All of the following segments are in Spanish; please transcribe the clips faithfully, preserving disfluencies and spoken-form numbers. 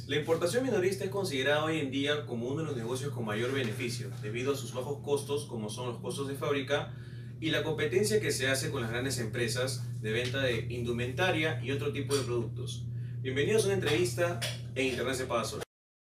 La importación minorista es considerada hoy en día como uno de los negocios con mayor beneficio, debido a sus bajos costos, como son los costos de fábrica, y la competencia que se hace con las grandes empresas de venta de indumentaria y otro tipo de productos. Bienvenidos a una entrevista en Internet se paga solo.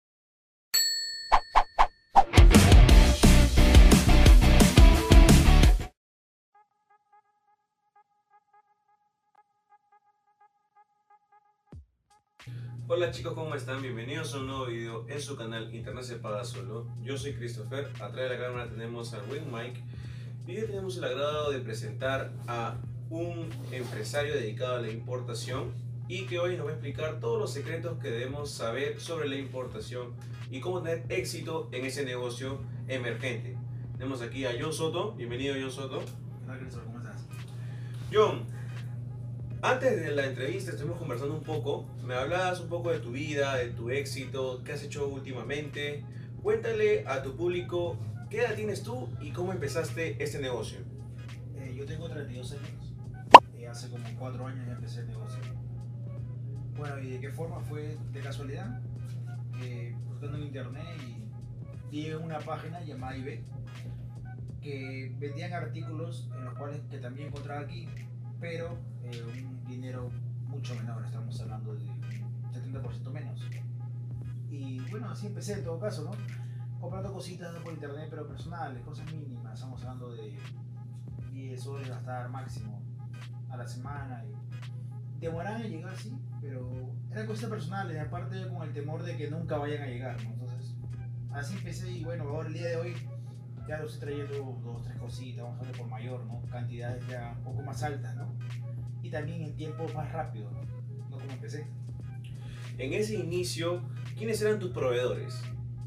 Hola chicos, ¿cómo están? Bienvenidos a un nuevo video en su canal Internet se paga solo. Yo soy Christopher, atrás de la cámara tenemos a Wing Mike y hoy tenemos el agrado de presentar a un empresario dedicado a la importación y que hoy nos va a explicar todos los secretos que debemos saber sobre la importación y cómo tener éxito en ese negocio emergente. Tenemos aquí a John Soto. Bienvenido, John Soto. Hola Christopher, ¿cómo estás? John, antes de la entrevista estuvimos conversando un poco, me hablabas un poco de tu vida, de tu éxito, qué has hecho últimamente. Cuéntale a tu público qué edad tienes tú y cómo empezaste este negocio. Eh, yo tengo treinta y dos años. Eh, hace como cuatro años ya empecé el negocio. Bueno, ¿y de qué forma? Fue de casualidad. Eh, buscando en internet y vi en una página llamada eBay que vendían artículos en los cuales que también encontraba aquí, pero eh, un dinero mucho menor, estamos hablando de un setenta por ciento menos. Y bueno, así empecé en todo caso, ¿no? Comprando cositas por internet, pero personales, cosas mínimas, estamos hablando de diez soles gastar máximo a la semana. Y demoraban en llegar, sí, pero eran cosas personales, aparte con el temor de que nunca vayan a llegar, ¿no? Entonces, así empecé y bueno, ahora el día de hoy ya lo estoy trayendo dos, tres cositas, vamos a ver por mayor, ¿no? Cantidades ya un poco más altas, ¿no? Y también en tiempo más rápido, ¿no? No como empecé. En ese inicio, ¿quiénes eran tus proveedores?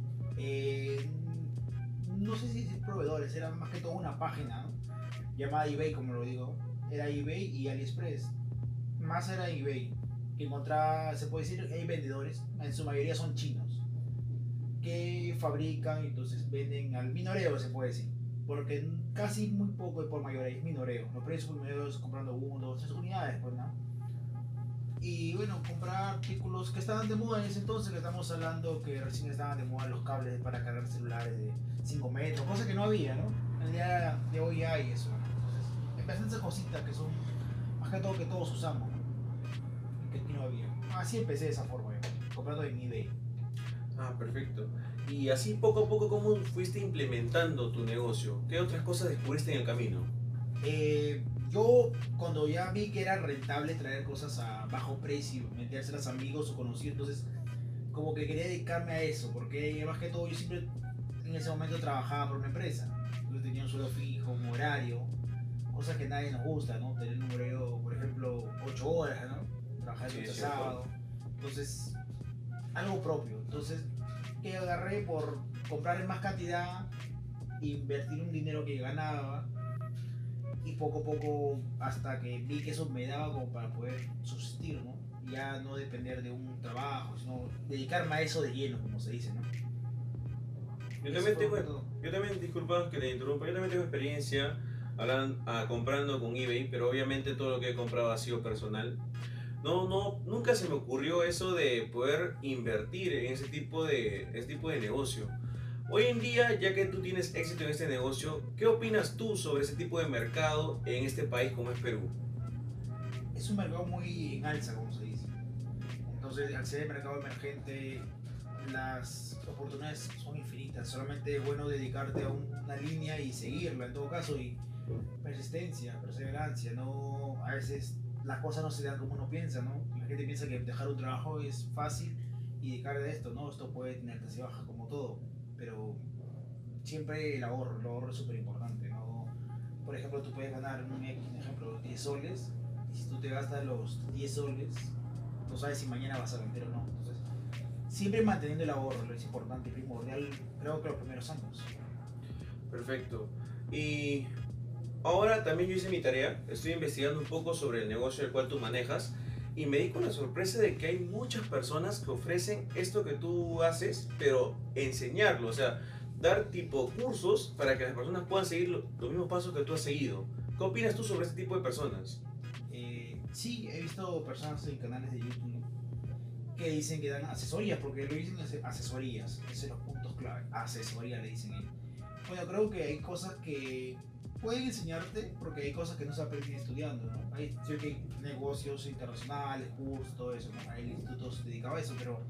Eh, no sé si proveedores, era más que todo una página, ¿no? Llamada eBay, como lo digo. Era eBay y AliExpress. Más era eBay. Que encontraba, se puede decir, hay vendedores, en su mayoría son chinos, que fabrican y entonces venden al minoreo, se puede decir. Porque casi muy poco es por mayor, es minoreo. Los precios por minoreo es comprando uno, dos, tres unidades, pues, ¿no? Y bueno, comprar artículos que estaban de moda en ese entonces, que estamos hablando que recién estaban de moda los cables para cargar celulares de cinco metros, cosa que no había, ¿no? El día de hoy hay eso, ¿no? Entonces, empiezan esas cositas que son más que todo que todos usamos, ¿no? Y que aquí no había. Así empecé de esa forma, ¿no? Comprando en eBay. Ah, perfecto. Y así poco a poco, ¿cómo fuiste implementando tu negocio? ¿Qué otras cosas descubriste en el camino? Eh, yo cuando ya vi que era rentable traer cosas a bajo precio, vendérselas a amigos o conocidos, entonces como que quería dedicarme a eso, porque más que todo yo siempre en ese momento trabajaba por una empresa, entonces tenía un sueldo fijo, un horario, cosas que a nadie nos gusta, ¿no? Tener un horario, por ejemplo, ocho horas, ¿no? Trabajar de Sí, lunes a es cierto. sábado, entonces algo propio, entonces que agarré por comprar en más cantidad, invertir un dinero que ganaba y poco a poco hasta que vi que eso me daba como para poder subsistir, ¿no? Ya no depender de un trabajo, sino dedicarme a eso de lleno, como se dice, ¿no? Yo Eso también fue tengo, todo. yo también, disculpa que te interrumpa, yo también tengo experiencia hablan- ah, comprando con eBay, pero obviamente todo lo que he comprado ha sido personal. No, no, nunca se me ocurrió eso de poder invertir en ese tipo de, ese tipo de negocio. Hoy en día, ya que tú tienes éxito en este negocio, ¿qué opinas tú sobre ese tipo de mercado en este país como es Perú? Es un mercado muy en alza, como se dice. Entonces, al ser el mercado emergente, las oportunidades son infinitas. Solamente es bueno dedicarte a una línea y seguirla, en todo caso, y persistencia, perseverancia. No, a veces las cosas no se dan como uno piensa, ¿no? La gente piensa que dejar un trabajo es fácil y dedicar de esto, ¿no? Esto puede tener altas y bajas como todo, pero siempre el ahorro, el ahorro es súper importante, ¿no? Por ejemplo, tú puedes ganar un, un ejemplo, diez soles, y si tú te gastas los diez soles, no sabes si mañana vas a vender o no. Entonces, siempre manteniendo el ahorro es importante y primordial, creo que los primeros años. Perfecto. Y ahora también yo hice mi tarea, estoy investigando un poco sobre el negocio del cual tú manejas y me di con la sorpresa de que hay muchas personas que ofrecen esto que tú haces, pero enseñarlo, o sea, dar tipo cursos para que las personas puedan seguir lo- los mismos pasos que tú has seguido. ¿Qué opinas tú sobre este tipo de personas? Eh, sí, he visto personas en canales de YouTube, ¿no? que dicen que dan asesorías, porque lo dicen ase- asesorías, esos son los puntos clave, asesoría le dicen ellos. Bueno, creo que hay cosas que pueden enseñarte, porque hay cosas que no se aprenden estudiando, ¿no? Hay, sí que hay negocios internacionales, cursos, todo eso, ¿no? Hay institutos dedicados a eso, pero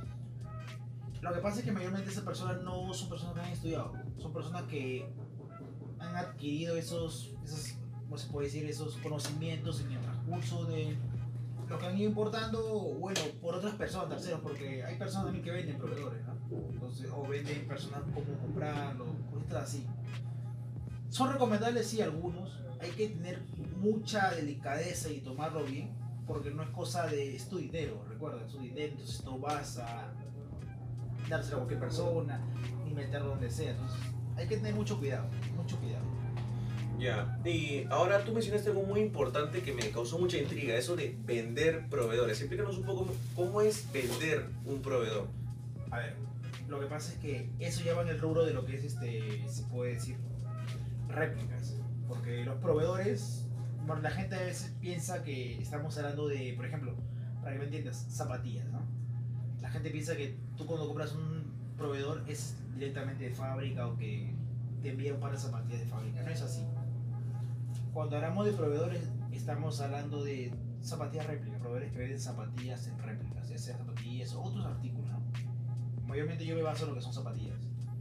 lo que pasa es que mayormente esas personas no son personas que han estudiado, son personas que han adquirido esos, esos, ¿cómo se puede decir? Esos conocimientos en el transcurso de lo que han ido importando, bueno, por otras personas, terceros, porque hay personas también que venden proveedores, ¿no? Entonces, o venden personas cómo comprarlo, cosas así. Son recomendables, sí, algunos. Hay que tener mucha delicadeza y tomarlo bien, porque no es cosa de, es tu dinero, recuerda, es tu dinero, entonces no vas a dárselo a cualquier persona, ni meterlo donde sea, entonces hay que tener mucho cuidado, mucho cuidado. Ya, y ahora tú mencionaste algo muy importante que me causó mucha intriga, eso de vender proveedores. Explícanos un poco cómo es vender un proveedor. A ver, lo que pasa es que eso ya va en el rubro de lo que es, este, se puede decir, réplicas, porque los proveedores, bueno, la gente a veces piensa que estamos hablando de, por ejemplo, para que me entiendas, zapatillas, ¿no? La gente piensa que tú cuando compras un proveedor es directamente de fábrica o que te envía un par de zapatillas de fábrica, no es así. Cuando hablamos de proveedores, estamos hablando de zapatillas réplicas, proveedores que venden zapatillas en réplicas, ya sea zapatillas o otros artículos, ¿no? Mayormente yo me baso en lo que son zapatillas.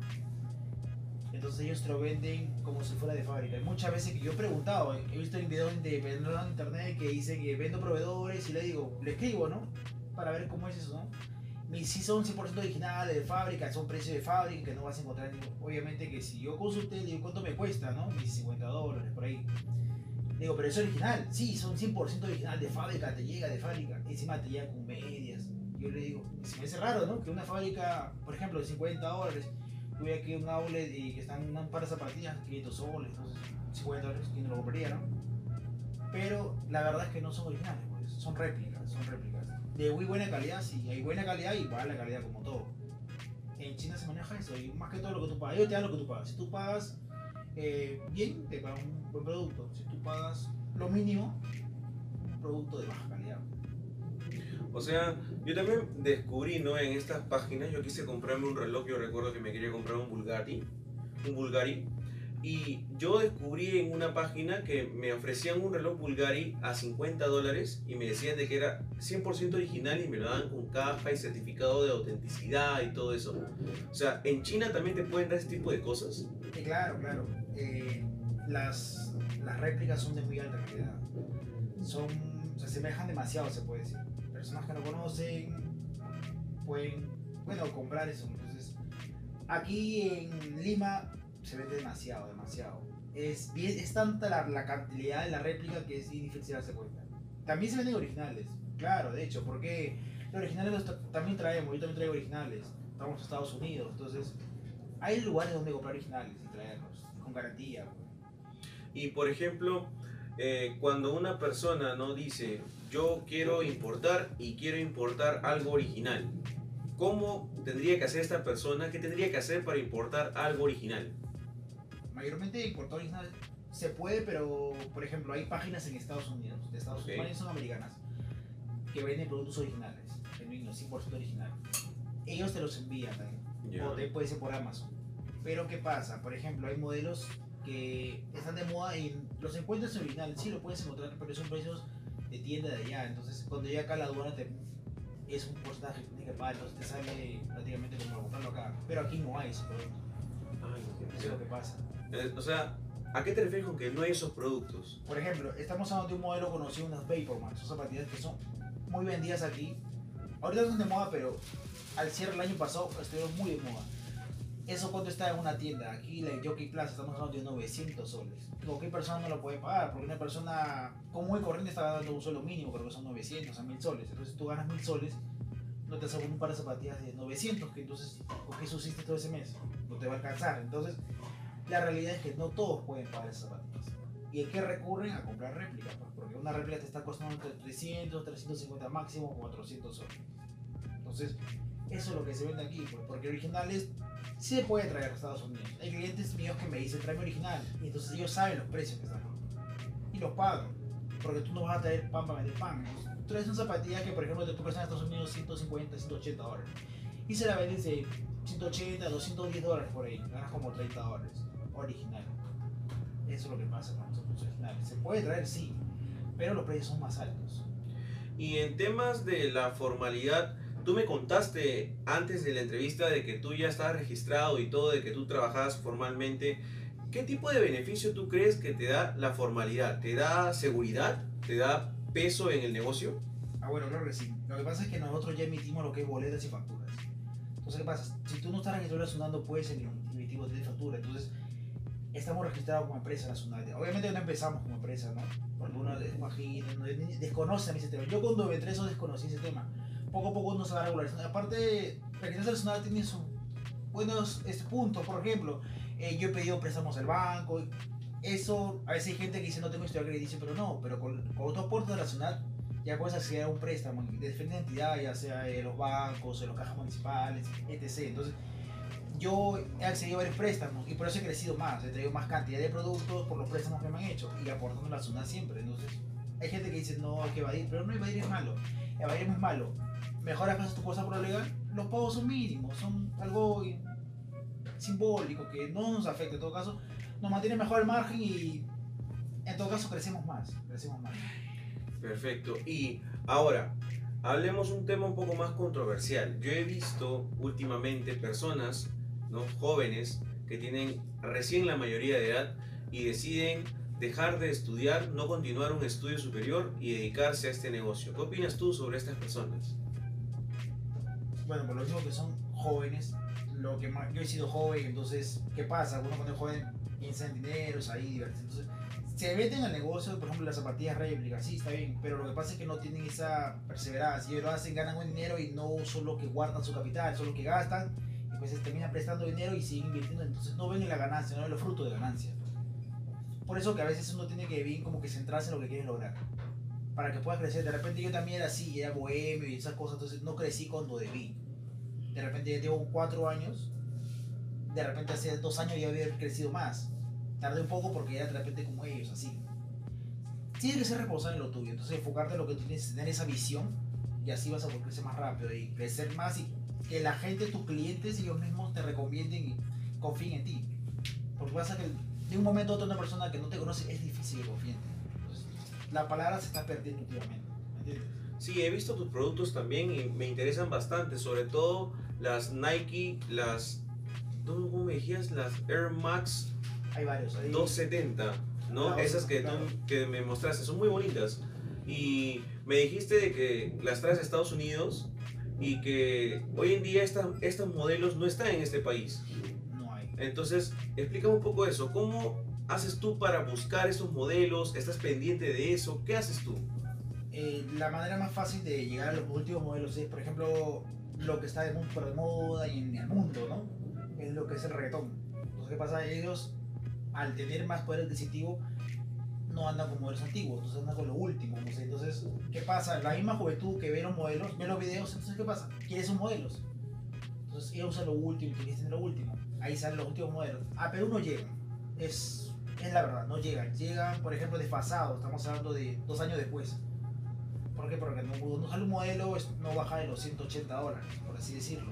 Entonces ellos te lo venden como si fuera de fábrica. Hay muchas veces que yo he preguntado, he visto en videos de vendedores en internet que dicen que vendo proveedores y le digo, le escribo, ¿no? Para ver cómo es eso, ¿no? Y si son cien por ciento originales de fábrica, son precios de fábrica que no vas a encontrar. Obviamente que si yo consulté, le digo, ¿cuánto me cuesta, no? Mis cincuenta dólares, por ahí. Digo, pero es original. Sí, son cien por ciento original de fábrica, te llega de fábrica. Encima te llega con medias. Yo le digo, se me hace raro, ¿no? Que una fábrica, por ejemplo, de cincuenta dólares, tuve aquí un outlet y que están un par de zapatillas, quinientos soles, entonces cincuenta dólares, ¿quién no lo compraría, no? Pero la verdad es que no son originales, pues, son réplicas, son réplicas. De muy buena calidad, sí, hay buena calidad y mala calidad como todo. En China se maneja eso, y más que todo lo que tú pagas. Ellos te dan lo que tú pagas. Si tú pagas eh, bien, te pagan un buen producto. Si tú pagas lo mínimo, un producto de baja calidad. O sea, yo también descubrí, ¿no? En estas páginas, yo quise comprarme un reloj, yo recuerdo que me quería comprar un Bulgari, un Bulgari, y yo descubrí en una página que me ofrecían un reloj Bulgari a cincuenta dólares y me decían de que era cien por ciento original y me lo daban con caja y certificado de autenticidad y todo eso. O sea, ¿en China también te pueden dar este tipo de cosas? Y claro, claro. Eh, las, las réplicas son de muy alta calidad. Son, se asemejan demasiado, se puede decir. Personas que no conocen pueden, bueno, comprar eso. Entonces, aquí en Lima se vende demasiado, demasiado. Es, bien, es tanta la, la cantidad de la réplica que es difícil darse cuenta. También se venden originales, claro, de hecho, porque los originales los también traemos, yo también traigo originales. Estamos en Estados Unidos, entonces hay lugares donde comprar originales y traerlos con garantía. Y por ejemplo, eh, cuando una persona no dice, yo quiero importar y quiero importar algo original, ¿cómo tendría que hacer esta persona? ¿Qué tendría que hacer para importar algo original? Mayormente importar originales se puede, pero por ejemplo hay páginas en Estados Unidos, de Estados Okay. Unidos son americanas, que venden productos originales, genuinos, cien por ciento original. Ellos te los envían también, Ya. o te puede ser por Amazon. Pero ¿qué pasa? Por ejemplo, hay modelos que están de moda y los encuentras originales, sí lo puedes encontrar, pero son precios de tienda de allá. Entonces, cuando llega acá la aduana, te, es un porcentaje que tienes que pagar, entonces te sale prácticamente como comprarlo acá. Pero aquí no hay esos productos, Ay, eso es lo que pasa. Eh, o sea, ¿a qué te refieres con que no hay esos productos? Por ejemplo, estamos hablando de un modelo conocido, unas Vapormax, son zapatillas que son muy vendidas aquí. Ahorita son de moda, pero al cierre del año pasado estuvieron muy de moda. ¿Eso cuánto está en una tienda? Aquí en Jockey Plaza estamos hablando de novecientos soles. Cualquier persona no lo puede pagar, porque una persona común y corriente está ganando un sueldo mínimo, creo que son novecientos a mil soles. Entonces tú ganas mil soles, no te haces un par de zapatillas de novecientos, que entonces, ¿con qué subsistes todo ese mes? No te va a alcanzar. Entonces, la realidad es que no todos pueden pagar esas zapatillas. ¿Y en qué recurren? A comprar réplicas, pues, porque una réplica te está costando entre trescientos, trescientos cincuenta máximo, cuatrocientos soles. Entonces, eso es lo que se vende aquí, pues, porque originales sí se puede traer a Estados Unidos. Hay clientes míos que me dicen, tráeme original, y entonces ellos saben los precios que están y los pagan, porque tú no vas a traer pan para vender pan, ¿no? traes una zapatilla que, por ejemplo, te cuesta en Estados Unidos ciento cincuenta, ciento ochenta dólares. Y se la vendes de ciento ochenta, doscientos diez dólares por ahí. Ganas como treinta dólares. Original. Eso es lo que pasa con los productos originales. Se puede traer, sí, pero los precios son más altos. Y en temas de la formalidad, tú me contaste antes de la entrevista de que tú ya estabas registrado y todo, de que tú trabajabas formalmente. ¿Qué tipo de beneficio tú crees que te da la formalidad? ¿Te da seguridad? ¿Te da peso en el negocio? Ah, bueno, claro que sí. Lo que pasa es que nosotros ya emitimos lo que es boletas y facturas. Entonces, ¿qué pasa? Si tú no estás registrado en la SUNAT, no puedes emitir boletas y factura. Entonces, estamos registrados como empresa en la SUNAT. Obviamente no empezamos como empresa, ¿no? Porque uno imagina, desconoce ese tema. Yo cuando entré eso desconocí ese tema. Poco a poco uno se va regularizando. Aparte, registrarse en la SUNAT tiene sus buenos este, puntos. Por ejemplo, eh, yo he pedido préstamos al banco. Eso, a veces hay gente que dice no tengo historial crediticio, pero no. Pero con, con otros aportes de la SUNAT ya puedes acceder a un préstamo de diferente entidad, ya sea de los bancos, de los cajas municipales, etcétera. Entonces, yo he accedido a varios préstamos y por eso he crecido más, he traído más cantidad de productos por los préstamos que me han hecho y aportando a la SUNAT siempre. Entonces, hay gente que dice no, hay que evadir, pero no, evadir es malo. Evadir no es malo. Mejor hagas tu cosa por lo legal, los pagos son mínimos, son algo simbólico que no nos afecta. En todo caso, nos mantiene mejor el margen y en todo caso crecemos más, crecemos más. Perfecto. Y ahora, hablemos un tema un poco más controversial. Yo he visto últimamente personas, ¿no?, jóvenes que tienen recién la mayoría de edad y deciden dejar de estudiar, no continuar un estudio superior y dedicarse a este negocio. ¿Qué opinas tú sobre estas personas? Bueno, por lo mismo que son jóvenes, lo que más, yo he sido joven, entonces, ¿qué pasa? Uno cuando es joven piensa en dinero, ahí, divertirse. Entonces, se meten al negocio, por ejemplo, las zapatillas réplicas, sí, está bien, pero lo que pasa es que no tienen esa perseverancia. Ellos lo hacen, ganan buen dinero y no solo que guardan su capital, solo que gastan, y pues se terminan prestando dinero y siguen invirtiendo, entonces no ven la ganancia, no ven los frutos de ganancia. Por eso que a veces uno tiene que bien como que centrarse en lo que quiere lograr, para que pueda crecer. De repente yo también era así, era bohemio y esas cosas, entonces no crecí cuando debí. De repente ya llevo cuatro años, de repente hace dos años ya había crecido más. Tardé un poco porque era de repente como ellos, así. Tienes que ser responsable en lo tuyo, entonces enfocarte en lo que tú tienes, tener esa visión y así vas a poder crecer más rápido y crecer más y que la gente, tus clientes y ellos mismos te recomienden y confíen en ti. Porque pasa que de un momento a otro una persona que no te conoce es difícil que confíe en ti. Entonces, la palabra se está perdiendo últimamente, ¿entiendes? Sí, he visto tus productos también y me interesan bastante, sobre todo las Nike, las, ¿cómo me decías? Las Air Max Hay varios, hay doscientos setenta, ¿no? Claro, Esas que, claro. tú, que me mostraste, son muy bonitas. Y me dijiste de que las traes a Estados Unidos y que hoy en día esta, estos modelos no están en este país. No hay. Entonces, explícame un poco eso. ¿Cómo haces tú para buscar esos modelos? ¿Estás pendiente de eso? ¿Qué haces tú? Eh, la manera más fácil de llegar a los últimos modelos es, por ejemplo, lo que está de, por de moda y en el mundo, ¿no? Es lo que es el reggaetón. Entonces, ¿qué pasa? Ellos, al tener más poder adquisitivo, no andan con modelos antiguos, entonces andan con lo último. No sé. Entonces, ¿qué pasa? La misma juventud que ve los modelos, ve los videos, entonces, ¿qué pasa? Quiere esos modelos. Entonces, ellos usan lo último, quieren tener lo último. Ahí salen los últimos modelos. A Perú no llegan. Es, es la verdad, no llegan. Llegan, por ejemplo, desfasados. Estamos hablando de dos años después. ¿Por qué? Porque no, no sale un modelo, no baja de los ciento ochenta dólares, por así decirlo.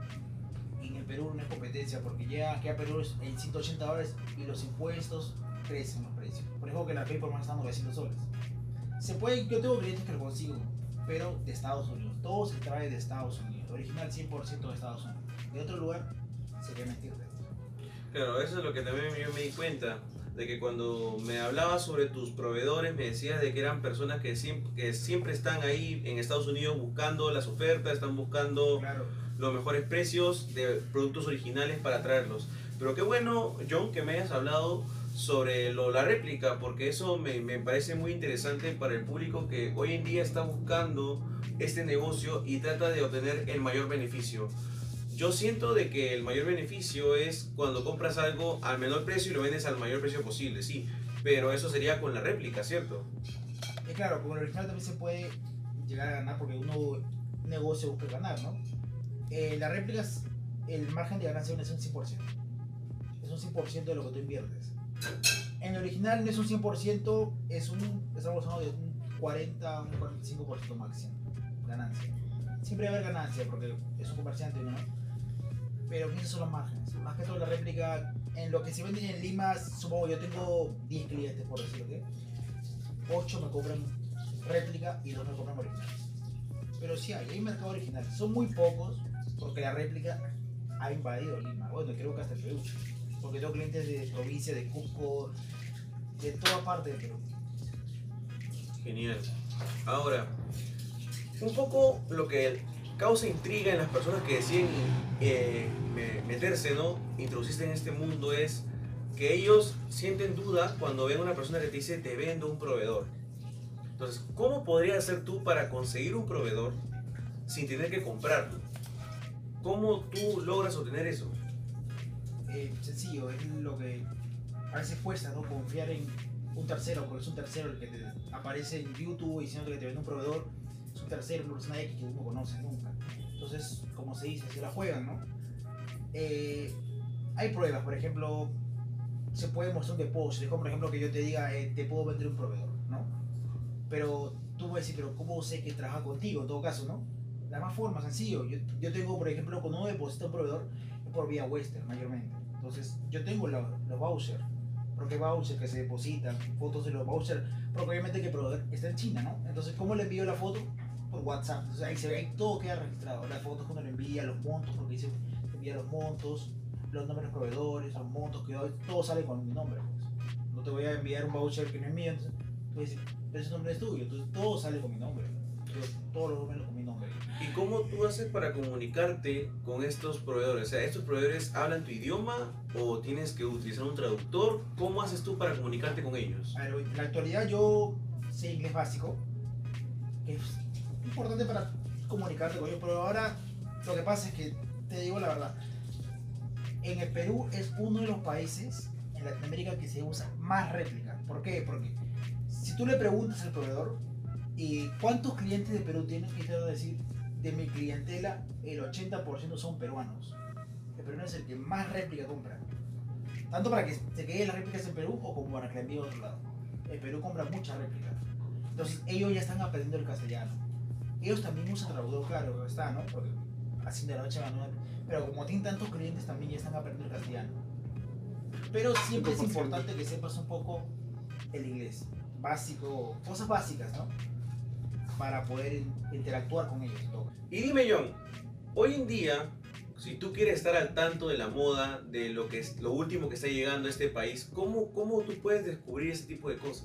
Y en el Perú no es competencia, porque llega aquí a Perú en ciento ochenta dólares y los impuestos crecen los precios. Por ejemplo, que la Paperman está en novecientos soles. Se puede, yo tengo clientes que lo consigo, pero de Estados Unidos. Todo se trae de Estados Unidos. Original cien por ciento de Estados Unidos. De otro lugar, sería mentirte. Claro, eso es lo que también yo me di cuenta, de que cuando me hablabas sobre tus proveedores me decías de que eran personas que siempre, que siempre están ahí en Estados Unidos buscando las ofertas, están buscando Claro. los mejores precios de productos originales para traerlos. Pero qué bueno, John, que me hayas hablado sobre lo, la réplica, porque eso me, me parece muy interesante para el público que hoy en día está buscando este negocio y trata de obtener el mayor beneficio. Yo siento de que el mayor beneficio es cuando compras algo al menor precio y lo vendes al mayor precio posible, sí, pero eso sería con la réplica, ¿cierto? Y claro, con el original también se puede llegar a ganar porque uno negocio busca ganar, ¿no? Eh, las réplicas, el margen de ganancia es un cien por ciento. Es un cien por ciento de lo que tú inviertes. En el original no es un cien por ciento, es un, estamos hablando de un cuarenta a un cuarenta y cinco por ciento máximo ganancia. Siempre va a haber ganancia porque es un comerciante, ¿no? Pero esos son los márgenes. Más que todo la réplica, en lo que se vende en Lima, supongo yo tengo diez clientes, por decirlo, ¿qué? ocho me compran réplica y dos me compran original. Pero sí hay, hay mercado original. Son muy pocos porque la réplica ha invadido Lima. Bueno, creo que hasta el Perú. Porque tengo clientes de provincia, de Cusco, de toda parte del Perú. Genial. Ahora, un poco lo que causa intriga en las personas que deciden eh, meterse, ¿no? Introducirse en este mundo es que ellos sienten duda cuando ven a una persona que te dice te vendo un proveedor. Entonces, ¿cómo podrías hacer tú para conseguir un proveedor sin tener que comprarlo? ¿Cómo tú logras obtener eso? Eh, sencillo, es lo que a veces cuesta, ¿no? Confiar en un tercero, porque es un tercero el que te aparece en YouTube diciendo que te vende un proveedor. Es un tercero, una persona X que uno conoce nunca. Entonces, como se dice, se la juegan, ¿no? Eh, hay pruebas, por ejemplo, se puede mostrar un depósito. Es como, por ejemplo, que yo te diga, eh, te puedo vender un proveedor, ¿no? Pero tú vas a decir, pero ¿cómo sé que trabaja contigo? En todo caso, ¿no? La más forma, sencillo. Yo, yo tengo, por ejemplo, cuando uno deposita un proveedor, es por vía Western, mayormente. Entonces, yo tengo la, los vouchers. Porque vouchers que se depositan, fotos de los vouchers, porque obviamente que el proveedor está en China, ¿no? Entonces, ¿cómo le envío la foto? Por WhatsApp. Entonces, ahí se ve, ahí todo queda registrado. Las fotos cuando le envía, los montos, porque dice, envía los montos, los nombres de los proveedores, los montos que doy, todo sale con mi nombre, pues. No te voy a enviar un voucher que no es mío, entonces tú dices, pero ese nombre es tuyo, entonces todo sale con mi nombre. Entonces, todos los números con mi nombre. ¿Y cómo tú haces para comunicarte con estos proveedores? O sea, ¿estos proveedores hablan tu idioma o tienes que utilizar un traductor? ¿Cómo haces tú para comunicarte con ellos? A ver, en la actualidad yo sé inglés básico, que es importante para comunicarte con ellos, pero ahora lo que pasa es que, te digo la verdad, en el Perú es uno de los países en Latinoamérica que se usa más réplica. ¿Por qué? Porque si tú le preguntas al proveedor, ¿y cuántos clientes de Perú tienes? Y te voy a decir, de mi clientela, el ochenta por ciento son peruanos. El peruano es el que más réplica compra. Tanto para que se queden las réplicas en Perú o como para que la envíe a otro lado. El Perú compra muchas réplicas. Entonces ellos ya están aprendiendo el castellano. Ellos también usan traductor, claro, está, ¿no? Porque así de la noche a la noche. Pero como tienen tantos clientes, también ya están aprendiendo el castellano. Pero siempre es importante que sepas un poco el inglés. Básico, cosas básicas, ¿no? Para poder interactuar con ellos. Y dime, John, hoy en día, si tú quieres estar al tanto de la moda, de lo que es lo último que está llegando a este país, ¿cómo, cómo tú puedes descubrir ese tipo de cosas?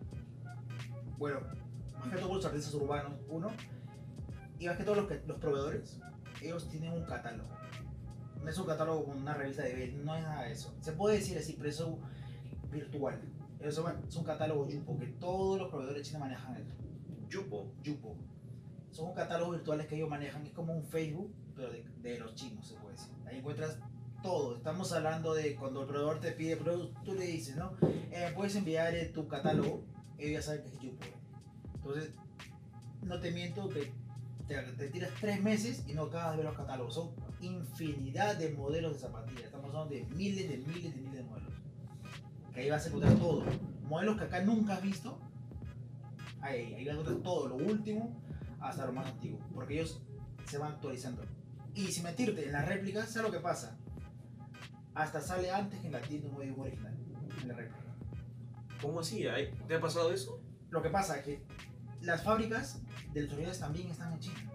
Bueno, más que todos los artistas urbanos, uno, y más que todos los, que, los proveedores, ellos tienen un catálogo. No es un catálogo con una revista de B, no es nada de eso. Se puede decir así, pero eso es virtual. Es un catálogo Yupo, que todos los proveedores chinos manejan el Yupo. Yupo. Son catálogos virtuales que ellos manejan, es como un Facebook, pero de, de los chinos, se puede decir. Ahí encuentras todo. Estamos hablando de cuando el proveedor te pide, pero tú le dices, ¿no? Eh, puedes enviar eh, tu catálogo, ellos ya saben que es Yupo. Entonces, no te miento, te, te, te tiras tres meses y no acabas de ver los catálogos. Son infinidad de modelos de zapatillas. Estamos hablando de miles, de miles, de miles de modelos. Que ahí vas a encontrar todo. Modelos que acá nunca has visto. Ahí, ahí vas a encontrar todo, lo último hasta lo más antiguo. Porque ellos se van actualizando. Y sin mentirte, en las réplicas, ¿sabes lo que pasa? Hasta sale antes que en la tienda un modelo original. En la réplica. ¿Cómo así? ¿Te ha pasado eso? Lo que pasa es que las fábricas de los originales también están en China.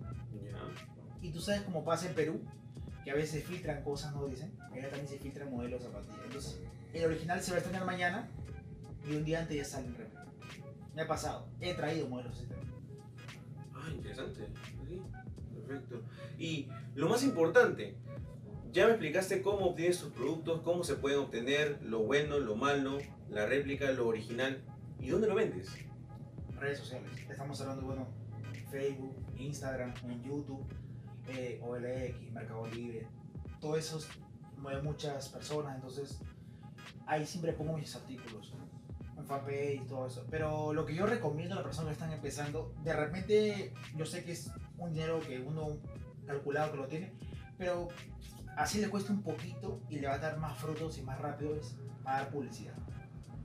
Yeah. Y tú sabes cómo pasa en Perú, que a veces filtran cosas, no dicen. Allá también se filtran modelos de zapatillas. Entonces, el original se va a estrenar mañana y un día antes ya sale en réplica. Me ha pasado. He traído modelos así también. Ah, interesante. Sí, perfecto. Y lo más importante, ya me explicaste cómo obtienes tus productos, cómo se pueden obtener, lo bueno, lo malo, la réplica, lo original. ¿Y dónde lo vendes? Redes sociales. Estamos hablando, bueno, Facebook, Instagram, en YouTube, eh, O L X, Mercado Libre. Todo eso mueve muchas personas, entonces ahí siempre pongo mis artículos. En fanpage y todo eso. Pero lo que yo recomiendo a las personas que están empezando, de repente yo sé que es un dinero que uno calculado que lo tiene, pero así le cuesta un poquito y le va a dar más frutos y más rápido es pagar publicidad. En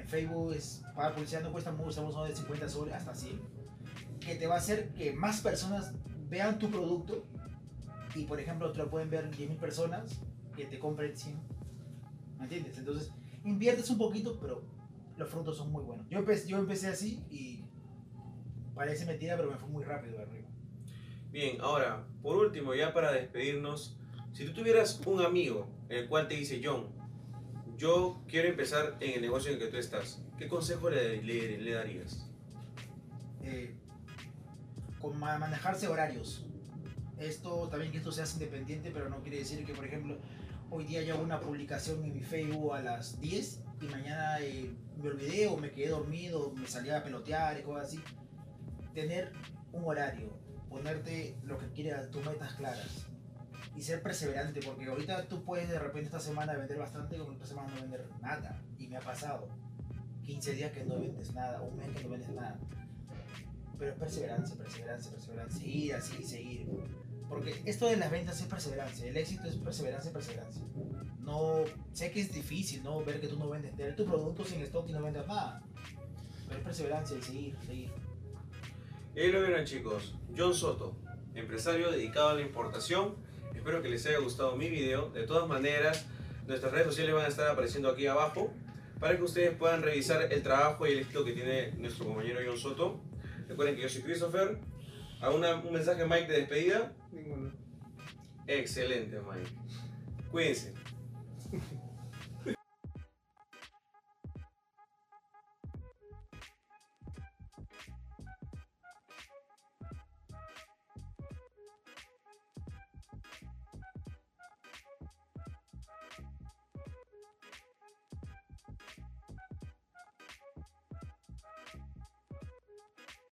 Facebook es, para publicidad no cuesta mucho, estamos hablando de cincuenta soles hasta cien, que te va a hacer que más personas vean tu producto y por ejemplo te lo pueden ver diez mil personas que te compren cien. ¿Me entiendes? Entonces inviertes un poquito, pero los frutos son muy buenos. Yo empecé, yo empecé así y parece mentira, pero me fue muy rápido de arriba. Bien, ahora, por último, ya para despedirnos, si tú tuvieras un amigo el cual te dice, John, yo quiero empezar en el negocio en el que tú estás, ¿qué consejo le, le, le darías? Eh, con ma- manejarse horarios. Esto también que esto se hace independiente, pero no quiere decir que, por ejemplo, hoy día yo hago una publicación en mi Facebook a las diez y mañana eh, me olvidé o me quedé dormido, me salía a pelotear y cosas así. Tener un horario, ponerte lo que quieras, tus metas claras y ser perseverante, porque ahorita tú puedes de repente esta semana vender bastante y con otra semana no vender nada. Y me ha pasado quince días que no vendes nada, un mes que no vendes nada. Pero es perseverancia, perseverancia, perseverancia, seguir así, seguir. Porque esto de las ventas es perseverancia, el éxito es perseverancia, perseverancia. No, sé que es difícil, ¿no? Ver que tú no vendes, tener tu producto sin stock y no vendes nada. Pero es perseverancia y seguir, seguir. Y ahí lo vieron, chicos, John Soto, empresario dedicado a la importación. Espero que les haya gustado mi video. De todas maneras, nuestras redes sociales van a estar apareciendo aquí abajo para que ustedes puedan revisar el trabajo y el éxito que tiene nuestro compañero John Soto. Recuerden que yo soy Christopher. ¿Alguna, un mensaje, Mike, de despedida? Ninguno. Excelente, Mike. Cuídense.